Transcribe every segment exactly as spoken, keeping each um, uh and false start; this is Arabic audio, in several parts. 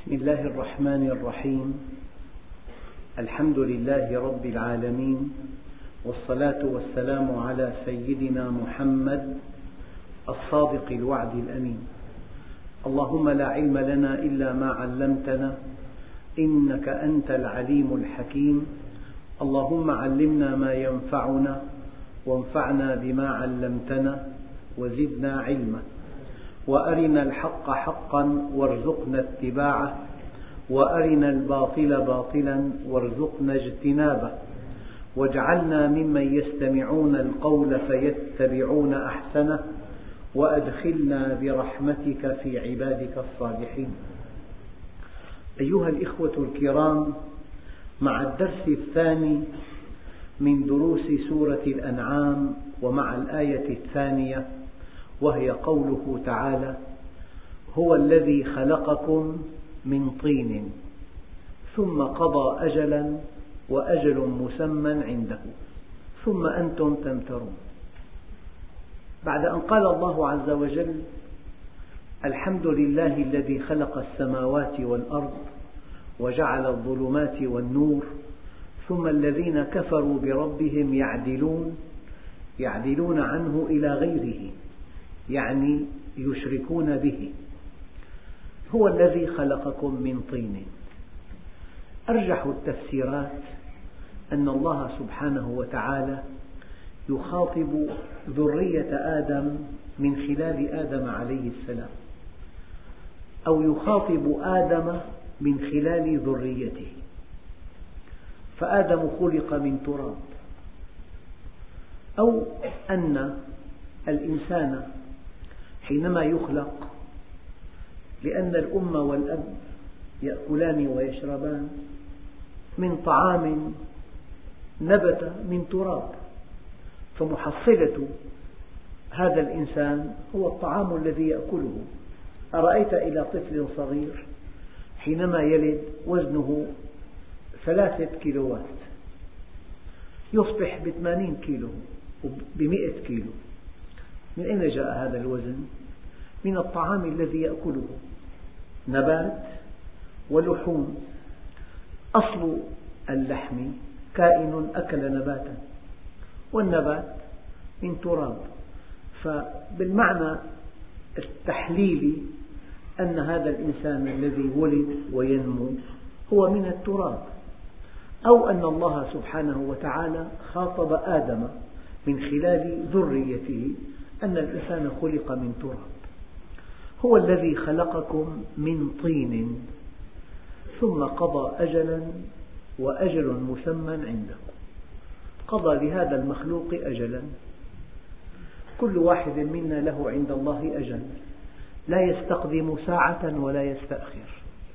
بسم الله الرحمن الرحيم. الحمد لله رب العالمين، والصلاة والسلام على سيدنا محمد الصادق الوعد الأمين. اللهم لا علم لنا إلا ما علمتنا إنك أنت العليم الحكيم. اللهم علمنا ما ينفعنا وانفعنا بما علمتنا وزدنا علما، وأرنا الحق حقا وارزقنا اتباعه، وأرنا الباطل باطلا وارزقنا اجتنابه، واجعلنا ممن يستمعون القول فيتبعون أحسنه، وأدخلنا برحمتك في عبادك الصالحين. أيها الإخوة الكرام، مع الدرس الثاني من دروس سورة الأنعام، ومع الآية الثانية وهي قوله تعالى: هو الذي خلقكم من طين ثم قضى أجلا وأجل مسمى عنده ثم أنتم تمترون. بعد أن قال الله عز وجل: الحمد لله الذي خلق السماوات والأرض وجعل الظلمات والنور ثم الذين كفروا بربهم يعدلون يعدلون عنه إلى غيره، يعني يشركون به. هو الذي خلقكم من طين. أرجح التفسيرات أن الله سبحانه وتعالى يخاطب ذرية آدم من خلال آدم عليه السلام، أو يخاطب آدم من خلال ذريته، فآدم خلق من تراب، أو أن الإنسان حينما يخلق، لأن الأم والأب يأكلان ويشربان من طعام نبت من تراب، فمحصلة هذا الإنسان هو الطعام الذي يأكله. أرأيت إلى طفل صغير حينما يلد وزنه ثلاثة كيلوات يصبح بثمانين كيلو وبمئة كيلو، من أين جاء هذا الوزن؟ من الطعام الذي يأكله، نبات ولحوم. أصل اللحم كائن أكل نباتا، والنبات من تراب، فبالمعنى التحليلي أن هذا الإنسان الذي ولد وينمو هو من التراب، أو أن الله سبحانه وتعالى خاطب آدم من خلال ذريته أن الإنسان خلق من تراب. هو الذي خلقكم من طين ثم قضى أجلا وأجل مسمى عنده. قضى لهذا المخلوق أجلا. كل واحد منا له عند الله أجل، لا يستقدم ساعة ولا يستأخر.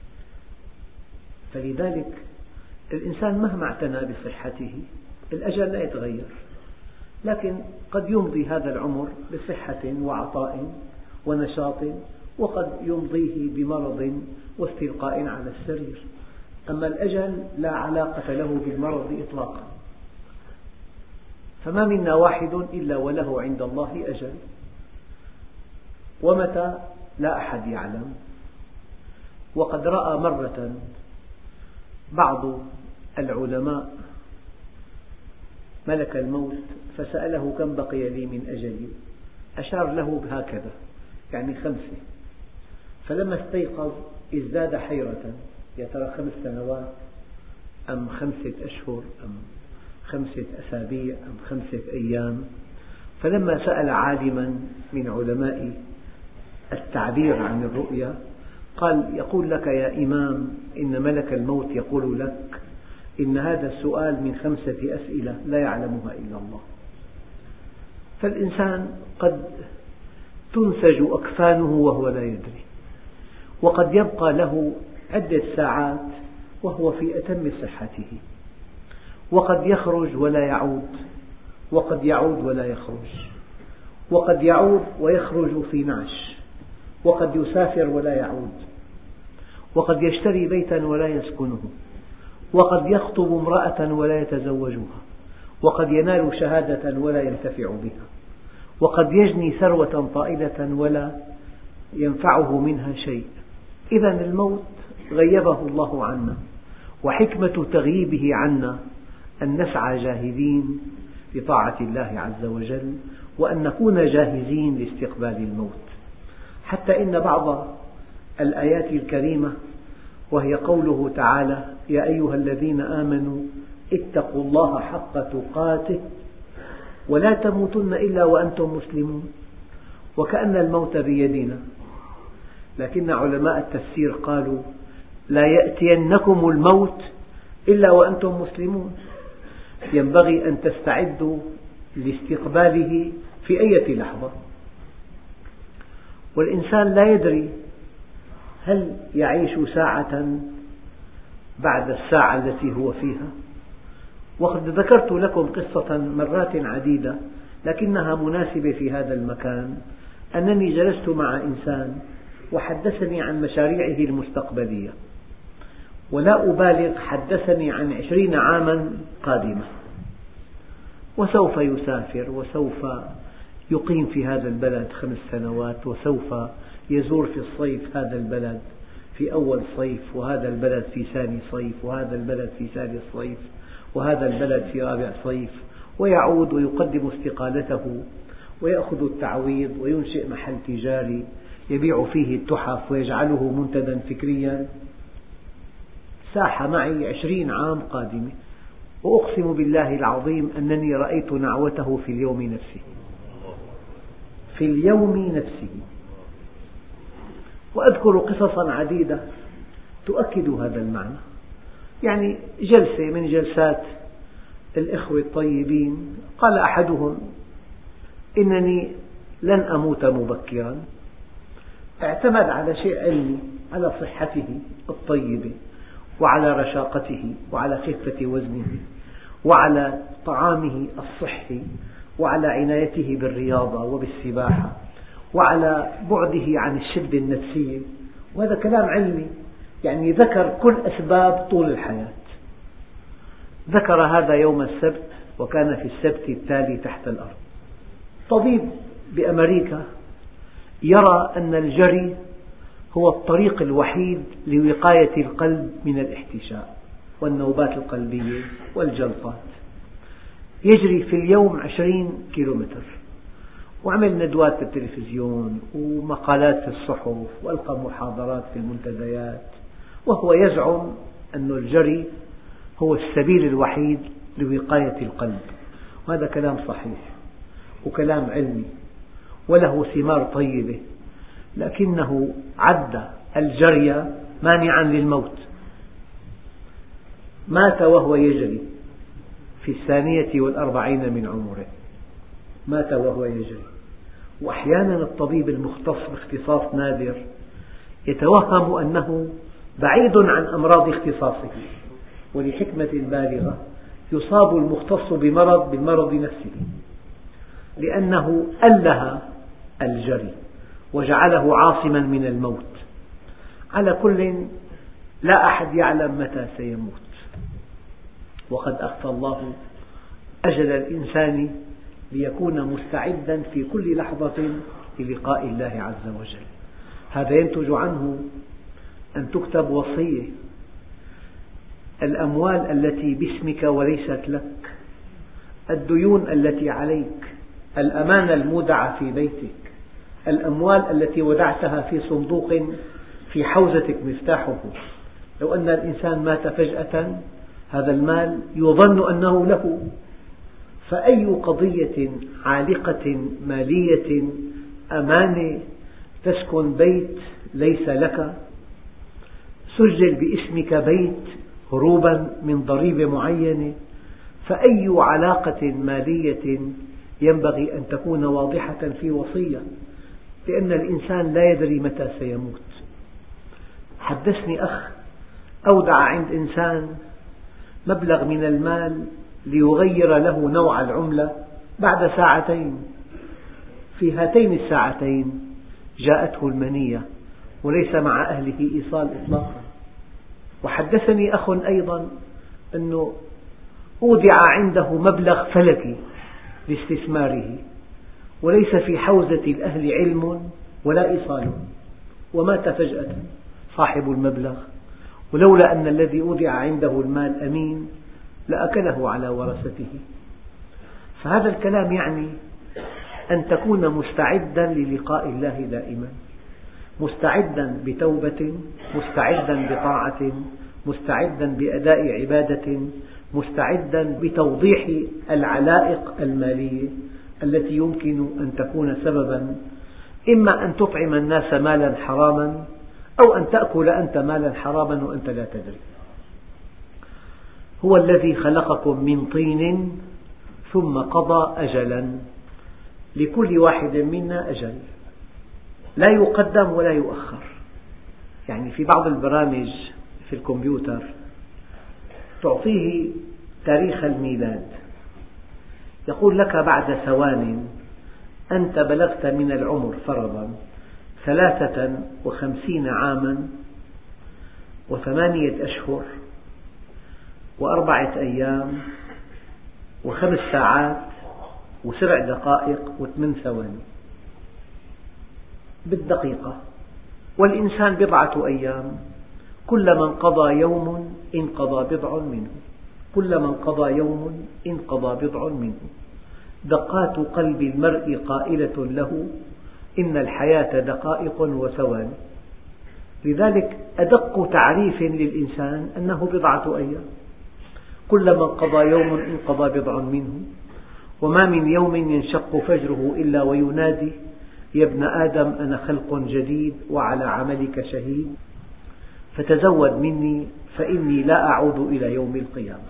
فلذلك الإنسان مهما اعتنى بصحته الأجل لا يتغير، لكن قد يمضي هذا العمر بصحة وعطاء ونشاط، وقد يمضيه بمرض واستلقاء على السرير. أما الأجل لا علاقة له بالمرض إطلاقا. فما منا واحد إلا وله عند الله أجل، ومتى لا أحد يعلم. وقد رأى مرة بعض العلماء ملك الموت فسأله: كم بقي لي من أجلي؟ أشار له بهكذا، يعني خمسة. فلما استيقظ ازداد حيرة، يا ترى خمس سنوات أم خمسة أشهر أم خمسة أسابيع أم خمسة أيام؟ فلما سأل عالما من علماء التعبير عن الرؤيا قال: يقول لك يا إمام إن ملك الموت يقول لك إن هذا السؤال من خمسة أسئلة لا يعلمها إلا الله. فالإنسان قد تنسج أكفانه وهو لا يدري، وقد يبقى له عدة ساعات وهو في أتم صحته، وقد يخرج ولا يعود، وقد يعود ولا يخرج، وقد يعود ويخرج في نعش، وقد يسافر ولا يعود، وقد يشتري بيتا ولا يسكنه، وقد يخطب امرأة ولا يتزوجها، وقد ينال شهادة ولا ينتفع بها، وقد يجني ثروة طائلة ولا ينفعه منها شيء. إذن الموت غيبه الله عنا، وحكمة تغييبه عنا أن نسعى جاهدين لطاعة الله عز وجل، وأن نكون جاهزين لاستقبال الموت. حتى إن بعض الآيات الكريمة وهي قوله تعالى: يا أيها الذين آمنوا اتقوا الله حق تقاته ولا تموتن إلا وأنتم مسلمون، وكأن الموت بيدنا، لكن علماء التفسير قالوا: لا يأتينكم الموت إلا وأنتم مسلمون، ينبغي أن تستعدوا لاستقباله في أي لحظة. والإنسان لا يدري هل يعيش ساعة بعد الساعة التي هو فيها. وقد ذكرت لكم قصة مرات عديدة لكنها مناسبة في هذا المكان، أنني جلست مع إنسان وحدثني عن مشاريعه المستقبلية، ولا أبالغ، حدثني عن عشرين عاما قادمة، وسوف يسافر، وسوف يقيم في هذا البلد خمس سنوات، وسوف يزور في الصيف هذا البلد في أول صيف، وهذا البلد في ثاني صيف، وهذا البلد في ثالث صيف، وهذا البلد في رابع صيف، ويعود ويقدم استقالته ويأخذ التعويض وينشئ محل تجاري يبيع فيه التحف ويجعله منتدى فكريا. ساح معي عشرين عام قادمة، وأقسم بالله العظيم أنني رأيت نعوته في اليوم نفسه، في اليوم نفسه. وأذكر قصصا عديدة تؤكد هذا المعنى. يعني جلسة من جلسات الإخوة الطيبين، قال أحدهم: إنني لن أموت مبكرا. اعتمد على شيء علمي، على صحته الطيبة، وعلى رشاقته، وعلى خفة وزنه، وعلى طعامه الصحي، وعلى عنايته بالرياضة وبالسباحة، وعلى بعده عن الشدة النفسية. وهذا كلام علمي، يعني ذكر كل أسباب طول الحياة. ذكر هذا يوم السبت، وكان في السبت التالي تحت الأرض. طبيب بأمريكا يرى أن الجري هو الطريق الوحيد لوقاية القلب من الاحتشاء والنوبات القلبية والجلطات. يجري في اليوم عشرين كيلومتر، وعمل ندوات في التلفزيون ومقالات في الصحف وألقى محاضرات في المنتديات، وهو يزعم أن الجري هو السبيل الوحيد لوقاية القلب. وهذا كلام صحيح وكلام علمي وله ثمار طيبة، لكنه عد الجري مانعا للموت. مات وهو يجري في الثانية والأربعين من عمره، مات وهو يجري. وأحيانا الطبيب المختص باختصاص نادر يتوهم أنه بعيد عن أمراض اختصاصه، ولحكمة بالغة يصاب المختص بمرض بالمرض نفسه، لأنه أله الجري وجعله عاصما من الموت. على كل، لا أحد يعلم متى سيموت، وقد أخفى الله أجل الإنسان ليكون مستعدا في كل لحظة للقاء الله عز وجل. هذا ينتج عنه أن تكتب وصية: الأموال التي باسمك وليست لك، الديون التي عليك، الأمانة المودعة في بيتك، الأموال التي ودعتها في صندوق في حوزتك مفتاحه. لو أن الإنسان مات فجأة هذا المال يظن أنه له، فأي قضية عالقة مالية، أمانة، تسكن بيت ليس لك، سجل باسمك بيت هروبا من ضريبة معينة، فأي علاقة مالية ينبغي أن تكون واضحة في وصية، لأن الإنسان لا يدري متى سيموت. حدثني أخ أودع عند إنسان مبلغ من المال ليغير له نوع العملة بعد ساعتين، في هاتين الساعتين جاءته المنية وليس مع أهله إيصال إطلاقا. وحدثني أخ أيضا أنه أودع عنده مبلغ فلكي لاستثماره وليس في حوزة الأهل علم ولا إيصال، ومات فجأة صاحب المبلغ ولولا أن الذي أودع عنده المال أمين لأكله على ورثته. فهذا الكلام يعني أن تكون مستعدا للقاء الله دائما، مستعدا بتوبة، مستعدا بطاعة، مستعدا بأداء عبادة، مستعدا بتوضيح العلائق المالية التي يمكن أن تكون سببا إما أن تطعم الناس مالا حراما أو أن تأكل أنت مالا حراما وأنت لا تدري. هو الذي خلقكم من طين ثم قضى أجلا، لكل واحد منا أجل لا يقدم ولا يؤخر. يعني في بعض البرامج في الكمبيوتر تعطيه تاريخ الميلاد، يقول لك بعد ثوان أنت بلغت من العمر فرضا ثلاثة وخمسين عاما وثمانية أشهر وأربعة أيام وخمس ساعات وسبع دقائق وثمان ثواني بالدقيقة، والإنسان بضعة أيام، كلما انقضى يوم انقضى بضع منه، كلما انقضى يوم انقضى بضع منه. دقات قلب المرء قائلة له إن الحياة دقائق وثواني. لذلك أدق تعريف للإنسان أنه بضعة أيام، كلما انقضى يوم انقضى بضع منه. وما من يوم ينشق فجره إلا وينادي يا ابن آدم أنا خلق جديد وعلى عملك شهيد، فتزود مني فإني لا أعود إلى يوم القيامة.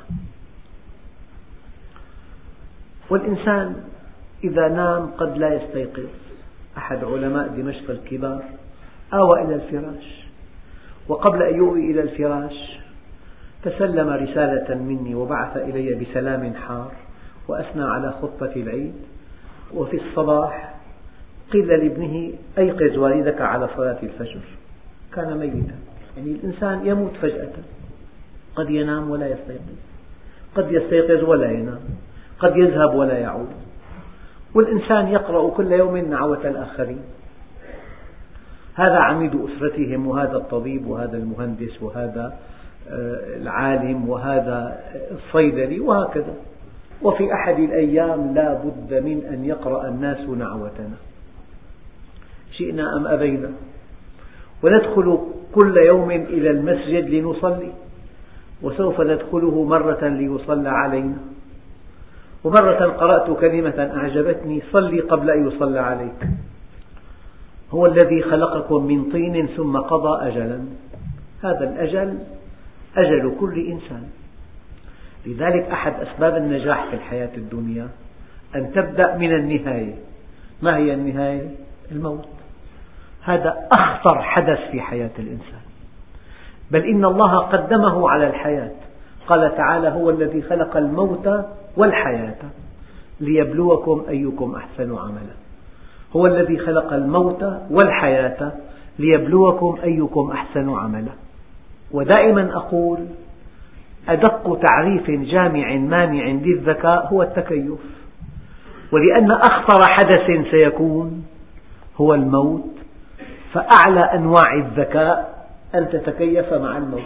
والإنسان إذا نام قد لا يستيقظ. أحد علماء دمشق الكبار آوى إلى الفراش، وقبل أن يؤوي إلى الفراش تسلم رسالة مني وبعث إلي بسلام حار وأثنى على خطبة العيد. وفي الصباح قيل لابنه أيقظ والدك على صلاة الفجر، كان ميتا. يعني الإنسان يموت فجأة، قد ينام ولا يستيقظ، قد يستيقظ ولا ينام، قد يذهب ولا يعود. والإنسان يقرأ كل يوم نعوة الآخرين، هذا عميد أسرتهم وهذا الطبيب وهذا المهندس وهذا العالم وهذا الصيدلي وهكذا. وفي أحد الأيام لا بد من أن يقرأ الناس نعوتنا شئنا أم أبينا، وندخل كل يوم إلى المسجد لنصلي، وسوف ندخله مرة ليصلى علينا. ومرة قرأت كلمة أعجبتني: صلي قبل أن يصلى عليك. هو الذي خلقكم من طين ثم قضى أجلا، هذا الأجل أجل كل إنسان. لذلك أحد أسباب النجاح في الحياة الدنيا أن تبدأ من النهاية. ما هي النهاية؟ الموت. هذا أخطر حدث في حياة الإنسان، بل إن الله قدمه على الحياة. قال تعالى: هو الذي خلق الموت والحياة ليبلوكم أيكم أحسن عملا. هو الذي خلق الموت والحياة ليبلوكم أيكم أحسن عملا. ودائما أقول أدق تعريف جامع مانع للذكاء هو التكيف، ولأن أخطر حدث سيكون هو الموت، فأعلى أنواع الذكاء أن تتكيف مع الموت.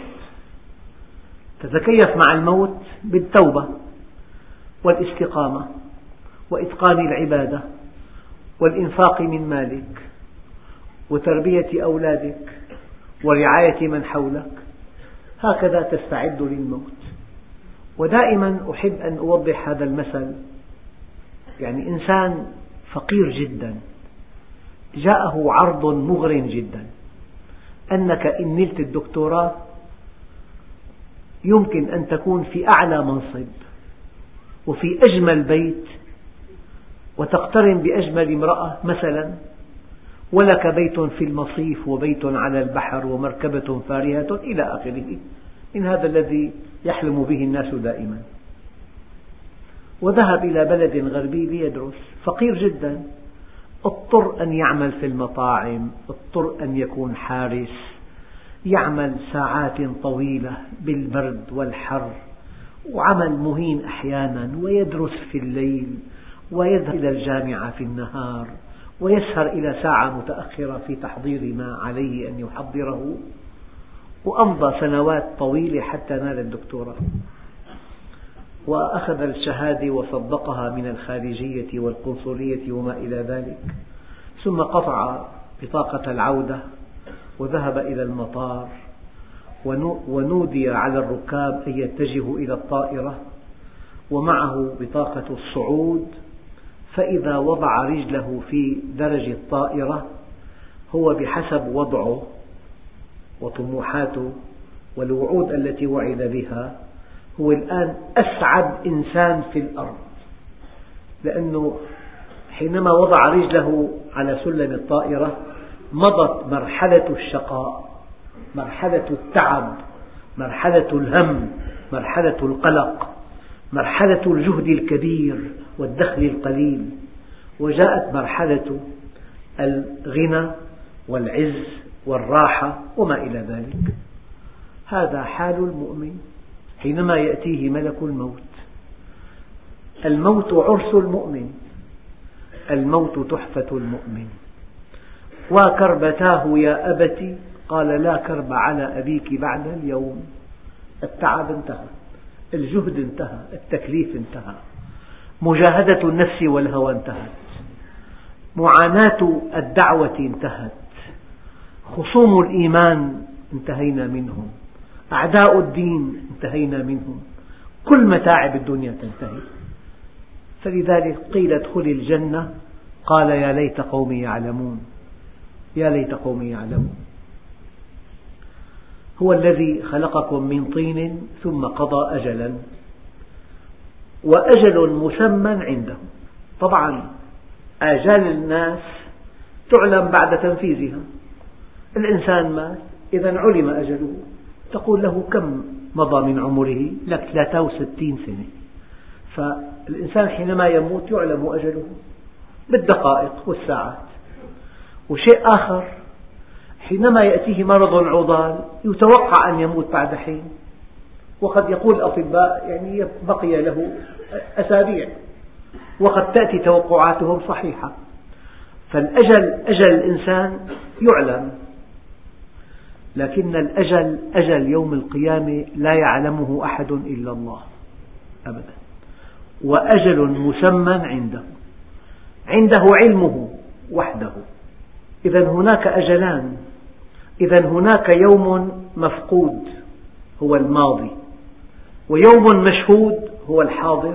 تتكيف مع الموت بالتوبة والاستقامة وإتقان العبادة والإنفاق من مالك وتربية أولادك ورعاية من حولك، هكذا تستعد للموت. ودائما أحب أن أوضح هذا المثل. يعني إنسان فقير جدا جاءه عرض مغر جدا أنك إن نلت الدكتوراه يمكن أن تكون في أعلى منصب وفي أجمل بيت وتقترن بأجمل امرأة مثلا، ولك بيت في المصيف وبيت على البحر ومركبة فارهة إلى آخره، إن هذا الذي يحلم به الناس دائما. وذهب إلى بلد غربي ليدرس، فقير جدا، اضطر أن يعمل في المطاعم، اضطر أن يكون حارس، يعمل ساعات طويلة بالبرد والحر وعمل مهين أحيانا، ويدرس في الليل ويذهب إلى الجامعة في النهار ويسهر إلى ساعة متأخرة في تحضير ما عليه أن يحضره. وأمضى سنوات طويلة حتى نال الدكتوراه، وأخذ الشهادة وصدقها من الخارجية والقنصلية وما إلى ذلك، ثم قطع بطاقة العودة وذهب إلى المطار، ونودي على الركاب أن يتجهوا إلى الطائرة ومعه بطاقة الصعود، فإذا وضع رجله في درج الطائرة هو بحسب وضعه وطموحاته والوعود التي وعد بها هو الآن أسعد إنسان في الأرض، لأنه حينما وضع رجله على سلم الطائرة مضت مرحلة الشقاء، مرحلة التعب، مرحلة الهم، مرحلة القلق، مرحلة الجهد الكبير والدخل القليل، وجاءت مرحلة الغنى والعز والراحة وما إلى ذلك. هذا حال المؤمن حينما يأتيه ملك الموت. الموت عرس المؤمن، الموت تحفة المؤمن. وكربتاه يا أبت قال لا كرب على أبيك بعد اليوم. التعب انتهى، الجهد انتهى، التكليف انتهى، مجاهدة النفس والهوى انتهت، معاناة الدعوة انتهت، خصوم الإيمان انتهينا منهم، أعداء الدين انتهينا منهم، كل متاعب الدنيا تنتهي. فلذلك قيل ادخل الجنة قال يا ليت قومي يعلمون، يا ليت قومي يعلمون. هو الذي خلقكم من طين ثم قضى أجلا، وأجل مسمى عنده. طبعا آجال الناس تعلم بعد تنفيذها. الإنسان مات، إذا علم أجله، تقول له كم مضى من عمره؟ لك ثلاثة وستين سنة. فالإنسان حينما يموت يعلم أجله بالدقائق والساعات. وشيء آخر، حينما يأتيه مرض عضال يتوقع أن يموت بعد حين، وقد يقول الأطباء يعني بقي له أسابيع، وقد تأتي توقعاتهم صحيحة. فالأجل أجل الإنسان يعلم، لكن الأجل أجل يوم القيامة لا يعلمه أحد إلا الله أبدا. وأجل مسمى عنده، عنده علمه وحده. إذا هناك أجلان، إذا هناك يوم مفقود هو الماضي، ويوم مشهود هو الحاضر،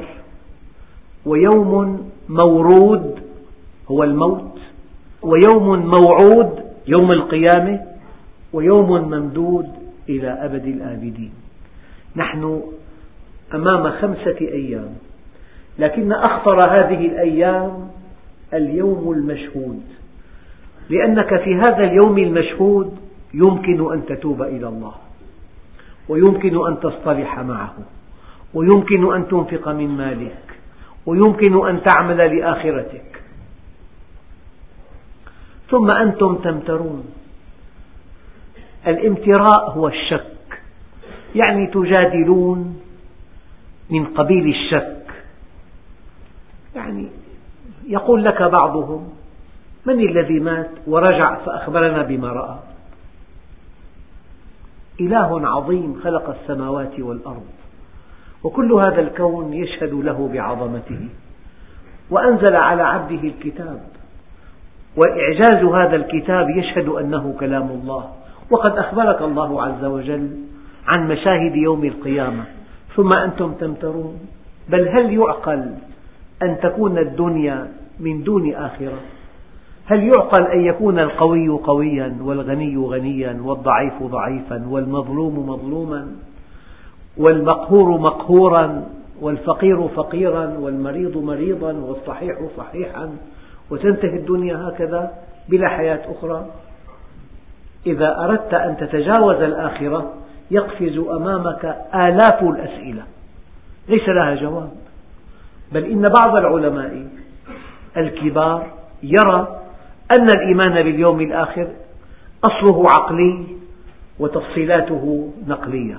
ويوم مورود هو الموت، ويوم موعود يوم القيامة، ويوم ممدود إلى أبد الآبدين. نحن أمام خمسة أيام، لكن أخطر هذه الأيام اليوم المشهود، لأنك في هذا اليوم المشهود يمكن أن تتوب إلى الله، ويمكن أن تصطلح معه، ويمكن أن تنفق من مالك، ويمكن أن تعمل لآخرتك. ثم أنتم تمترون. الامتراء هو الشك، يعني تجادلون من قبيل الشك. يعني يقول لك بعضهم من الذي مات ورجع فأخبرنا بما رأى؟ إله عظيم خلق السماوات والأرض، وكل هذا الكون يشهد له بعظمته، وأنزل على عبده الكتاب، وإعجاز هذا الكتاب يشهد أنه كلام الله. وقد أخبرك الله عز وجل عن مشاهد يوم القيامة، ثم أنتم تمترون. بل هل يعقل أن تكون الدنيا من دون آخرة؟ هل يعقل أن يكون القوي قويا والغني غنيا والضعيف ضعيفا والمظلوم مظلوما والمقهور مقهورا والفقير فقيرا والمريض مريضا والصحيح صحيحا، وتنتهي الدنيا هكذا بلا حياة أخرى؟ إذا أردت أن تتجاوز الآخرة يقفز أمامك آلاف الأسئلة ليس لها جواب. بل إن بعض العلماء الكبار يرى أن الإيمان باليوم الآخر أصله عقلي وتفصيلاته نقلية،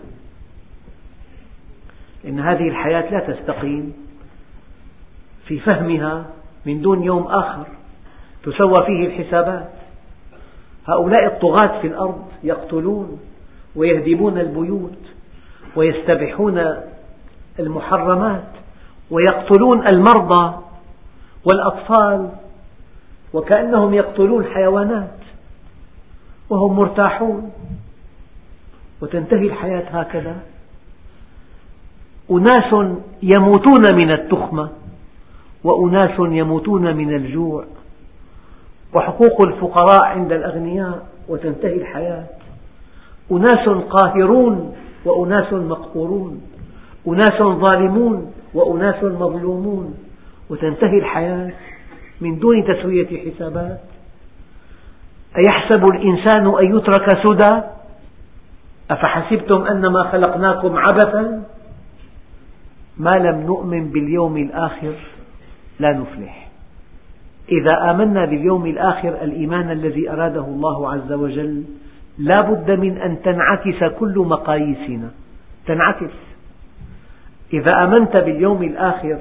إن هذه الحياة لا تستقيم في فهمها من دون يوم آخر تسوى فيه الحسابات. هؤلاء الطغاة في الأرض يقتلون ويهدمون البيوت ويستبيحون المحرمات ويقتلون المرضى والأطفال وكأنهم يقتلون حيوانات وهم مرتاحون، وتنتهي الحياة هكذا. أناس يموتون من التخمة وأناس يموتون من الجوع، وحقوق الفقراء عند الأغنياء وتنتهي الحياة. أناس قاهرون وأناس مقهورون، أناس ظالمون وأناس مظلومون، وتنتهي الحياة من دون تسوية حسابات. أيحسب الإنسان أن يترك سدى؟ أفحسبتم أنما خلقناكم عبثا؟ ما لم نؤمن باليوم الآخر لا نفلح. إذا آمنا باليوم الآخر الإيمان الذي أراده الله عز وجل لا بد من أن تنعكس كل مقاييسنا، تنعكس. إذا آمنت باليوم الآخر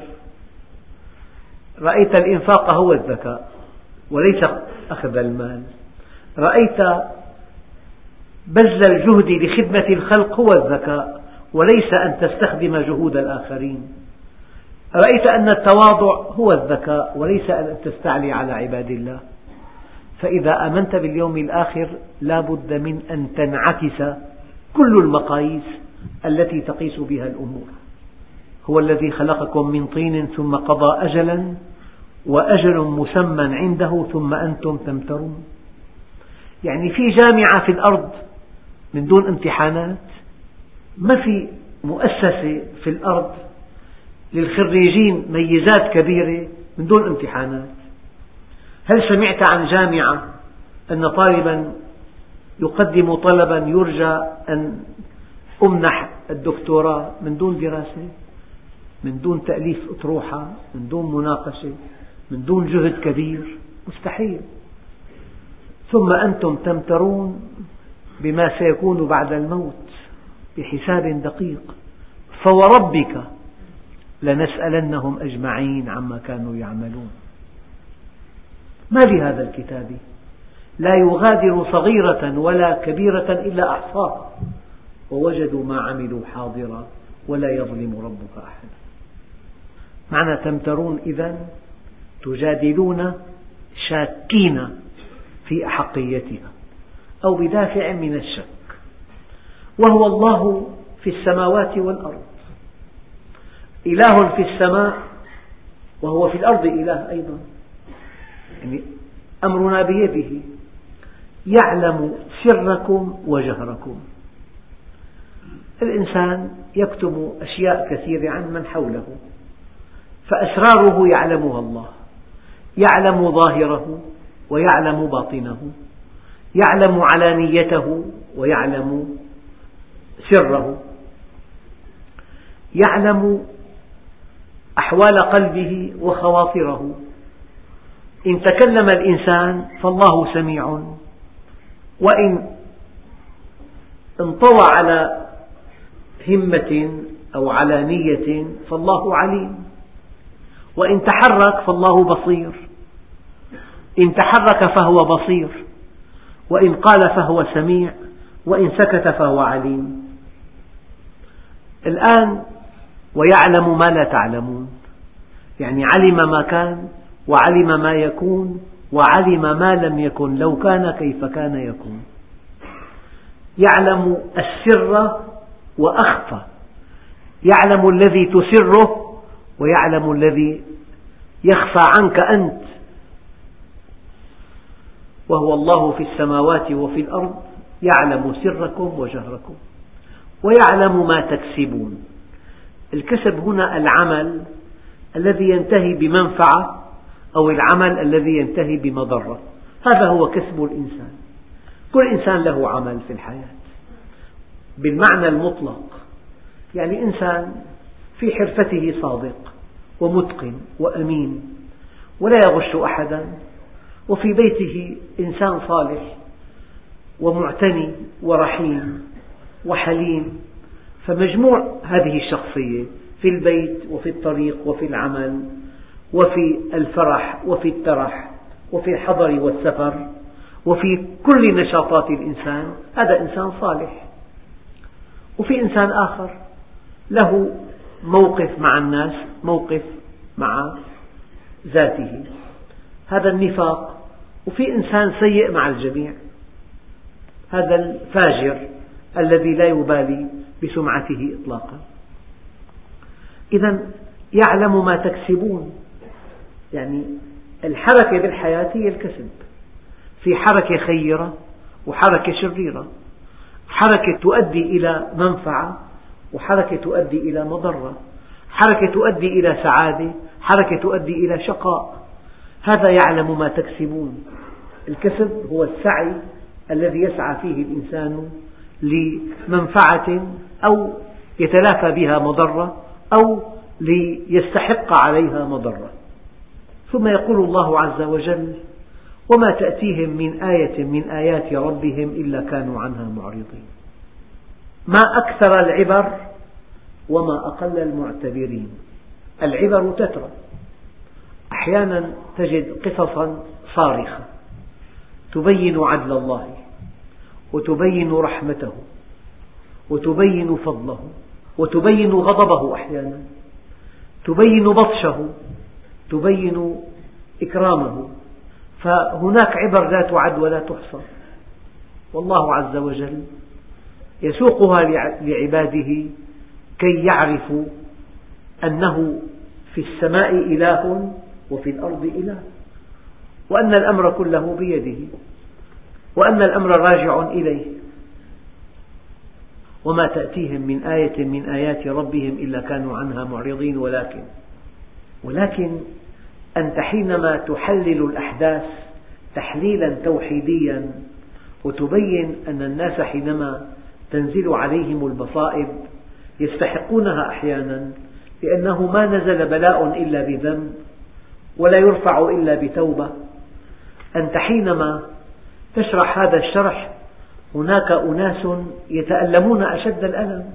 رأيت الإنفاق هو الذكاء وليس أخذ المال، رأيت بذل الجهد لخدمة الخلق هو الذكاء وليس أن تستخدم جهود الآخرين، رأيت أن التواضع هو الذكاء وليس أن تستعلي على عباد الله. فإذا آمنت باليوم الآخر لا بد من أن تنعكس كل المقاييس التي تقيس بها الأمور. هو الذي خلقكم من طين ثم قضى أجلا وأجل مسمى عنده ثم أنتم تمترون. يعني في جامعة في الأرض من دون امتحانات؟ ما في مؤسسة في الأرض للخريجين ميزات كبيرة من دون امتحانات. هل سمعت عن جامعة أن طالبا يقدم طلبا يرجى أن أمنح الدكتوراه من دون دراسة، من دون تأليف أطروحة، من دون مناقشة، من دون جهد كبير؟ مستحيل. ثم أنتم تمترون بما سيكون بعد الموت بحساب دقيق. فوربك لنسألنهم أجمعين عما كانوا يعملون. ما لهذا الكتاب لا يغادر صغيرة ولا كبيرة إلا أحصاها ووجدوا ما عملوا حاضرا ولا يظلم ربك أحدا. معنى تمترون إذن تجادلون شاكين في أحقيتها أو بدافع من الشك. وهو الله في السماوات والأرض، إله في السماء وهو في الأرض إله أيضا، يعني أمرنا بيده، يعلم سركم وجهركم. الإنسان يكتم أشياء كثيرة عن من حوله، فأسراره يعلمها الله، يعلم ظاهره ويعلم باطنه، يعلم علانيته ويعلم سره، يعلم أحوال قلبه وخواطره. إن تكلم الإنسان فالله سميع، وإن انطوى على همة أو على نية فالله عليم، وإن تحرك فالله بصير. إن تحرك فهو بصير، وإن قال فهو سميع، وإن سكت فهو عليم. الآن ويعلم ما لا تعلمون، يعني علم ما كان وعلم ما يكون وعلم ما لم يكن، لو كان كيف كان يكون. يعلم السر وأخفى، يعلم الذي تسره ويعلم الذي يخفى عنك أنت. وهو الله في السماوات وفي الأرض يعلم سركم وجهركم ويعلم ما تكسبون. الكسب هنا العمل الذي ينتهي بمنفعة أو العمل الذي ينتهي بمضرة، هذا هو كسب الإنسان. كل إنسان له عمل في الحياة بالمعنى المطلق، يعني إنسان في حرفته صادق ومتقن وأمين ولا يغش أحدا، وفي بيته إنسان صالح ومعتني ورحيم وحليم. فمجموع هذه الشخصية في البيت وفي الطريق وفي العمل وفي الفرح وفي الترح وفي الحضر والسفر وفي كل نشاطات الإنسان، هذا إنسان صالح. وفي إنسان آخر له موقف مع الناس، موقف مع ذاته، هذا النفاق. وفي إنسان سيء مع الجميع، هذا الفاجر الذي لا يبالي بسمعته إطلاقا. إذا يعلم ما تكسبون، يعني الحركة بالحياة هي الكسب، في حركة خيرة وحركة شريرة، حركة تؤدي إلى منفعة وحركة تؤدي إلى مضرة، حركة تؤدي إلى سعادة، حركة تؤدي إلى شقاء. هذا يعلم ما تكسبون. الكسب هو السعي الذي يسعى فيه الإنسان لمنفعة أو يتلافى بها مضرة أو ليستحق عليها مضرة. ثم يقول الله عز وجل: وما تأتيهم من آية من آيات ربهم إلا كانوا عنها معرضين. ما أكثر العبر وما أقل المعتبرين. العبر تترى، أحيانا تجد قصصا صارخة تبين عدل الله وتبين رحمته وتبين فضله وتبين غضبه، أحيانا تبين بطشه، تبين إكرامه. فهناك عبر لا تعد ولا تحصى، والله عز وجل يسوقها لعباده كي يعرفوا أنه في السماء إله وفي الأرض إله، وأن الأمر كله بيده، وأن الأمر راجع إليه. وما تأتيهم من آية من آيات ربهم إلا كانوا عنها معرضين. ولكن ولكن أنت حينما تحلل الأحداث تحليلا توحيديا وتبين أن الناس حينما تنزل عليهم المصائب يستحقونها أحيانا، لأنه ما نزل بلاء إلا بذنب ولا يرفع إلا بتوبة. أنت حينما تشرح هذا الشرح هناك أناس يتألمون أشد الألم،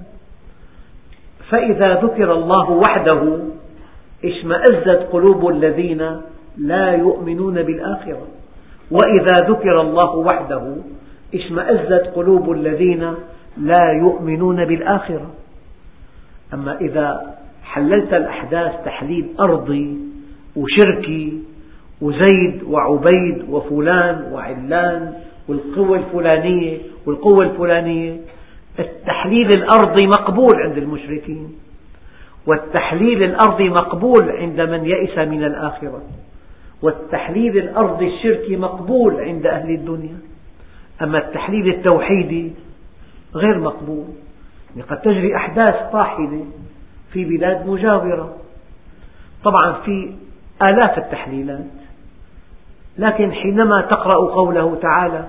فإذا ذكر الله وحده اشمأزت قلوب الذين لا يؤمنون بالآخرة، وإذا ذكر الله وحده اشمأزت قلوب الذين لا يؤمنون بالآخرة. أما إذا حللت الأحداث تحليل أرضي وشركي وزيد وعبيد وفلان وعلان والقوة الفلانية والقوة الفلانية، التحليل الأرضي مقبول عند المشركين، والتحليل الأرضي مقبول عند من يئس من الآخرة، والتحليل الأرضي الشركي مقبول عند أهل الدنيا. أما التحليل التوحيدي غير مقبول. قد تجري أحداث طاحنة في بلاد مجاورة، طبعا في آلاف التحليلات، لكن حينما تقرأ قوله تعالى: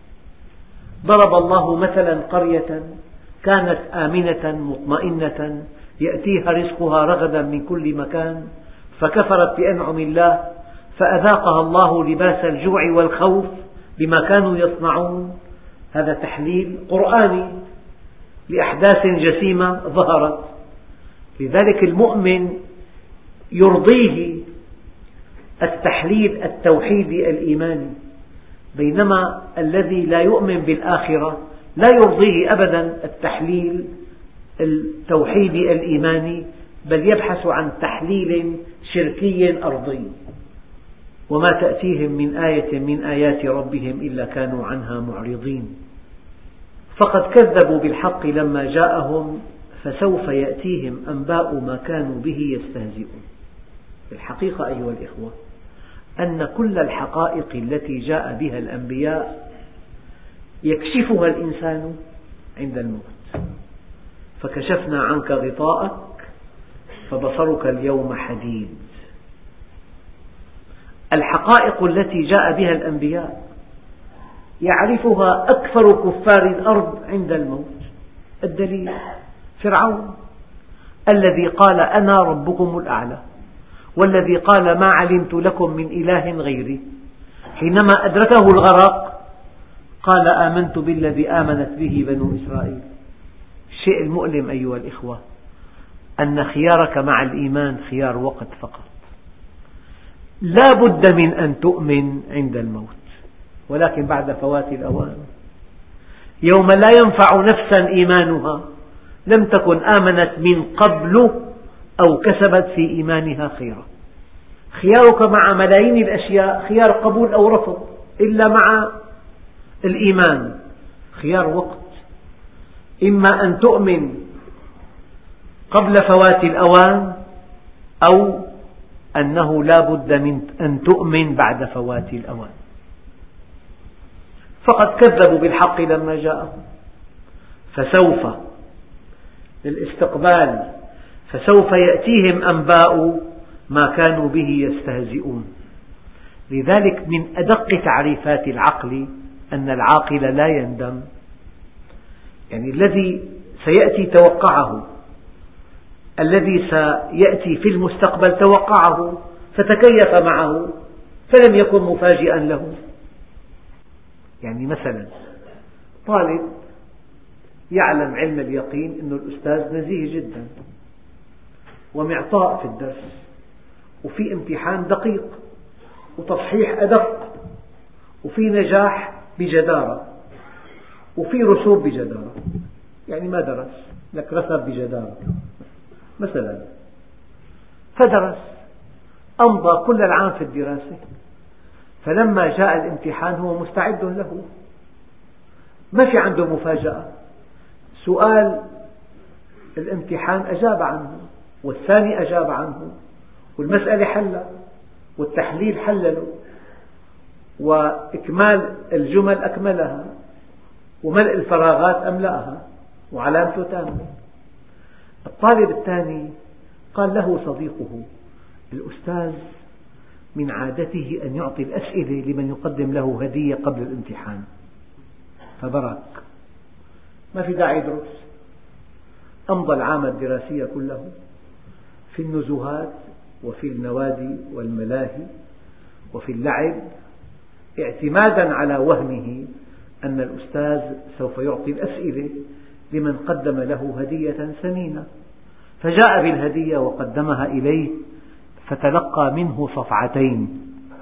ضرب الله مثلا قرية كانت آمنة مطمئنة يأتيها رزقها رغدا من كل مكان فكفرت بأنعم الله فأذاقها الله لباس الجوع والخوف بما كانوا يصنعون. هذا تحليل قرآني لأحداث جسيمة ظهرت. لذلك المؤمن يرضيه التحليل التوحيدي الإيماني، بينما الذي لا يؤمن بالآخرة لا يرضيه أبدا التحليل التوحيدي الإيماني، بل يبحث عن تحليل شركي أرضي. وما تأتيهم من آية من آيات ربهم إلا كانوا عنها معرضين. فقد كذبوا بالحق لما جاءهم فسوف يأتيهم أنباء ما كانوا به يستهزئون. الحقيقة أيها الإخوة أن كل الحقائق التي جاء بها الأنبياء يكشفها الإنسان عند الموت. فكشفنا عنك غطاءك فبصرك اليوم حديد. الحقائق التي جاء بها الأنبياء يعرفها أكثر كفار الأرض عند الموت. الدليل فرعون الذي قال أنا ربكم الأعلى، والذي قال ما علمت لكم من إله غيري، حينما أدركه الغرق قال آمنت بالذي آمنت به بنو إسرائيل. الشيء المؤلم أيها الإخوة أن خيارك مع الإيمان خيار وقت فقط. لا بد من أن تؤمن عند الموت، ولكن بعد فوات الأوان، يوم لا ينفع نفسا إيمانها لم تكن آمنت من قبل أو كسبت في إيمانها خيرا. خيارك مع ملايين الأشياء خيار قبول أو رفض، إلا مع الإيمان خيار وقت، إما أن تؤمن قبل فوات الأوان أو أنه لا بد من أن تؤمن بعد فوات الأوان. فقد كذبوا بالحق لما جاءهم، فسوف للاستقبال فسوف يأتيهم أنباء ما كانوا به يستهزئون. لذلك من أدق تعريفات العقل أن العاقل لا يندم، يعني الذي سيأتي توقعه، الذي سيأتي في المستقبل توقعه فتكيف معه فلم يكن مفاجئا له. يعني مثلا طالب يعلم علم اليقين أن الأستاذ نزيه جدا ومعطاء في الدرس وفي امتحان دقيق وتصحيح أدق وفي نجاح بجدارة وفي رسوب بجدارة، يعني ما درس لك رسب بجدارة مثلا، فدرس أمضى كل العام في الدراسة، فلما جاء الامتحان هو مستعد له، ما في عنده مفاجأة. سؤال الامتحان أجاب عنه والثاني أجاب عنه والمسألة حل والتحليل حلله وإكمال الجمل أكملها وملء الفراغات أملأها وعلامته تامة. الطالب الثاني قال له صديقه: الأستاذ من عادته أن يعطي الأسئلة لمن يقدم له هدية قبل الامتحان، فبرك ما في داعي يدرس. أمضى العام الدراسي كله في النزهات وفي النوادي والملاهي وفي اللعب، اعتمادا على وهمه أن الأستاذ سوف يعطي الأسئلة لمن قدم له هدية ثمينة، فجاء بالهدية وقدمها إليه فتلقى منه صفعتين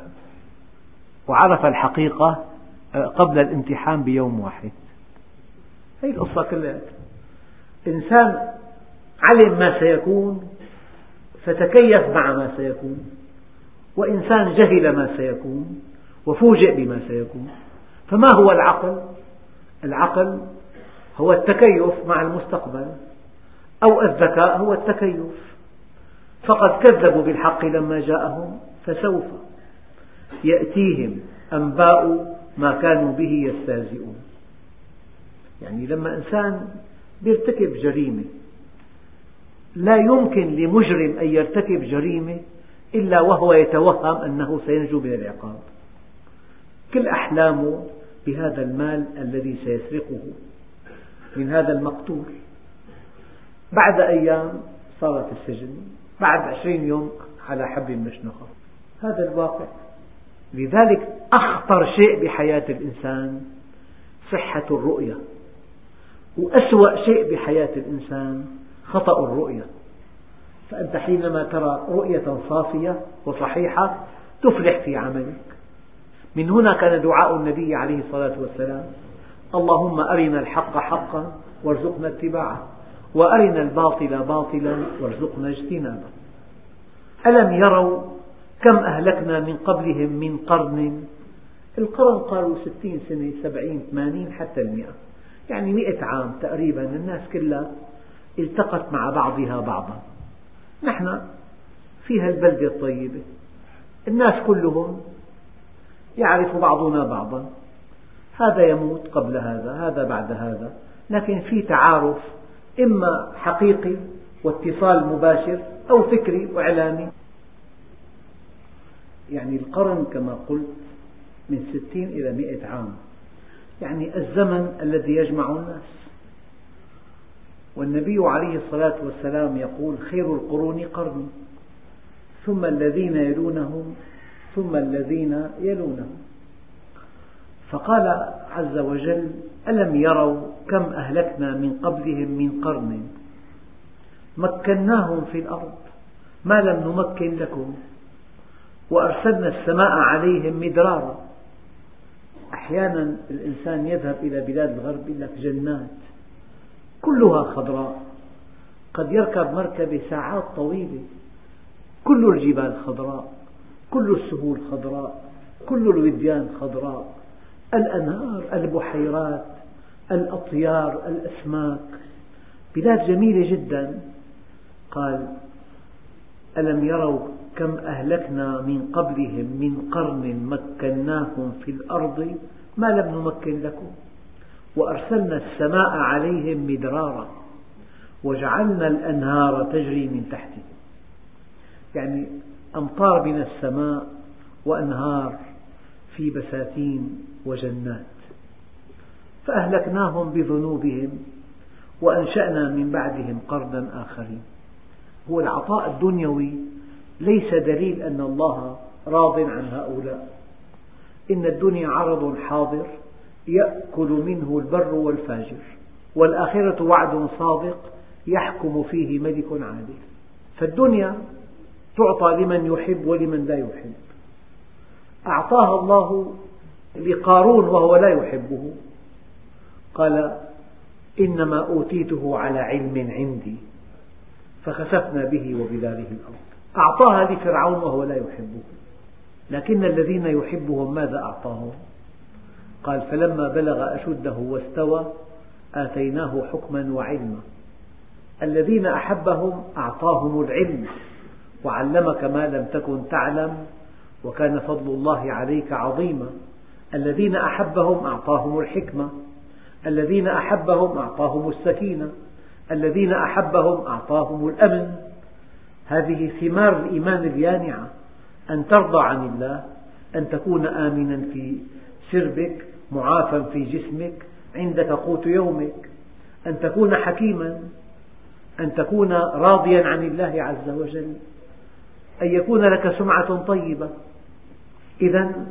وعرف الحقيقة قبل الامتحان بيوم واحد. هذه القصة كلها. إنسان علم ما سيكون فتكيف مع ما سيكون، وإنسان جهل ما سيكون وفوجئ بما سيكون. فما هو العقل؟ العقل هو التكيف مع المستقبل، أو الذكاء هو التكيف. فقد كذبوا بالحق لما جاءهم فسوف يأتيهم أنباء ما كانوا به يستهزئون. يعني لما إنسان يرتكب جريمة، لا يمكن لمجرم أن يرتكب جريمة إلا وهو يتوهم أنه سينجو من العقاب. كل أحلامه بهذا المال الذي سيسرقه من هذا المقتول. بعد أيام صار في السجن، بعد عشرين يوم على حبل مشنقة. هذا الواقع. لذلك أخطر شيء بحياة الإنسان صحة الرؤية، وأسوأ شيء بحياة الإنسان خطأ الرؤية. فأنت حينما ترى رؤية صافية وصحيحة تفلح في عملك. من هنا كان دعاء النبي عليه الصلاة والسلام: اللهم أرنا الحق حقا وارزقنا اتباعه، وأرنا الباطل باطلا وارزقنا اجتنابه. ألم يروا كم أهلكنا من قبلهم من قرن؟ القرن قالوا ستين سنة، سبعين، ثمانين، حتى المئة، يعني مئة عام تقريبا. الناس كلها التقت مع بعضها بعضا. نحن في هالبلدة الطيبة الناس كلهم يعرف بعضنا بعضا، هذا يموت قبل هذا، هذا بعد هذا، لكن في تعارف إما حقيقي واتصال مباشر أو فكري وإعلامي. يعني القرن كما قلت من ستين إلى مئة عام، يعني الزمن الذي يجمع الناس. والنبي عليه الصلاة والسلام يقول: خير القرون قرني ثم الذين يلونهم ثم الذين يلونهم. فقال عز وجل: ألم يروا كم أهلكنا من قبلهم من قرن مكناهم في الأرض ما لم نمكن لكم وأرسلنا السماء عليهم مدرارا. أحيانا الإنسان يذهب إلى بلاد الغرب يقول لك جنات كلها خضراء قد يركب مركبة ساعات طويلة، كل الجبال خضراء، كل السهول خضراء، كل الوديان خضراء، الأنهار، البحيرات، الأطيار، الأسماك، بلاد جميلة جدا. قال: ألم يروا كم أهلكنا من قبلهم من قرن مكناهم في الأرض ما لم نمكن لكم وأرسلنا السماء عليهم مدرارا وجعلنا الأنهار تجري من تحتهم. يعني أمطار من السماء وأنهار في بساتين وجنات. فأهلكناهم بذنوبهم وأنشأنا من بعدهم قرنا آخرين. هو العطاء الدنيوي ليس دليل أن الله راض عن هؤلاء. إن الدنيا عرض حاضر يأكل منه البر والفاجر، والآخرة وعد صادق يحكم فيه ملك عادل. فالدنيا تعطى لمن يحب ولمن لا يحب. أعطاها الله لقارون وهو لا يحبه، قال: إنما أوتيته على علم عندي فخسفنا به وبداره الأرض. أعطاها لفرعون وهو لا يحبه، لكن الذين يحبهم ماذا أعطاهم؟ قال: فلما بلغ أشده واستوى آتيناه حكما وعلما. الذين أحبهم أعطاهم العلم وعلمك ما لم تكن تعلم وكان فضل الله عليك عظيما. الذين أحبهم أعطاهم الحكمة، الذين أحبهم أعطاهم السكينة، الذين أحبهم أعطاهم الأمن. هذه ثمار الإيمان اليانعة: أن ترضى عن الله، أن تكون آمنا في سربك، معافى في جسمك، عندك قوت يومك، أن تكون حكيما، أن تكون راضيا عن الله عز وجل، أن يكون لك سمعة طيبة. إذن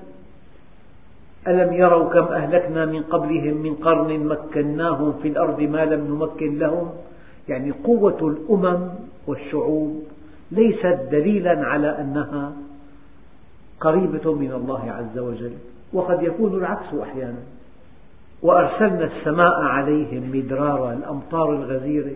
ألم يروا كم أهلكنا من قبلهم من قرن مكناهم في الأرض ما لم نمكن لهم. يعني قوة الأمم والشعوب ليست دليلا على أنها قريبة من الله عز وجل، وقد يكون العكس أحيانا. وأرسلنا السماء عليهم مدرارا، الأمطار الغزيرة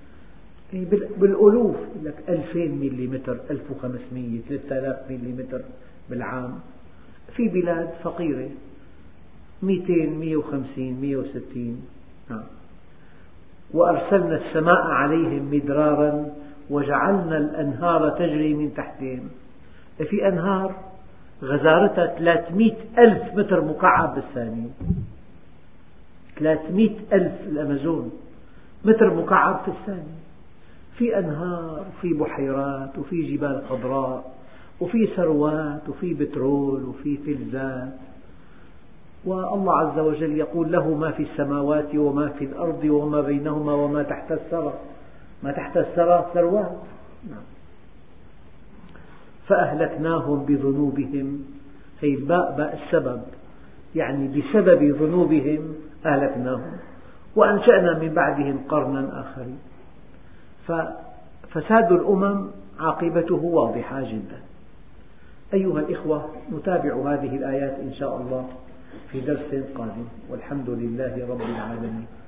بالألوف، لك ألفين مليمتر، ألف وخمسمئة، ثلاثة آلاف مليمتر بالعام. في بلاد فقيرة مئتين، مئة وخمسين، مئة وستين. وأرسلنا السماء عليهم مدرارا وجعلنا الأنهار تجري من تحتهم. في أنهار غزارتها ثلاثمئة ألف متر مكعب بالثانية، ثلاثمئة ألف الأمازون متر مكعب في الثانية. في أنهار وفي بحيرات وفي جبال خضراء وفي ثروات وفي بترول وفي فلزات. والله عز وجل يقول: له ما في السماوات وما في الأرض وما بينهما وما تحت الثرى. ما تحت الثرى ثروات. فأهلكناهم بذنوبهم، هي الباء باء السبب، يعني بسبب ذنوبهم أهلكناهم وأنشأنا من بعدهم قرنا آخرين. ففساد الأمم عاقبته واضحة جدا. أيها الإخوة، نتابع هذه الآيات إن شاء الله في درس قادم، والحمد لله رب العالمين.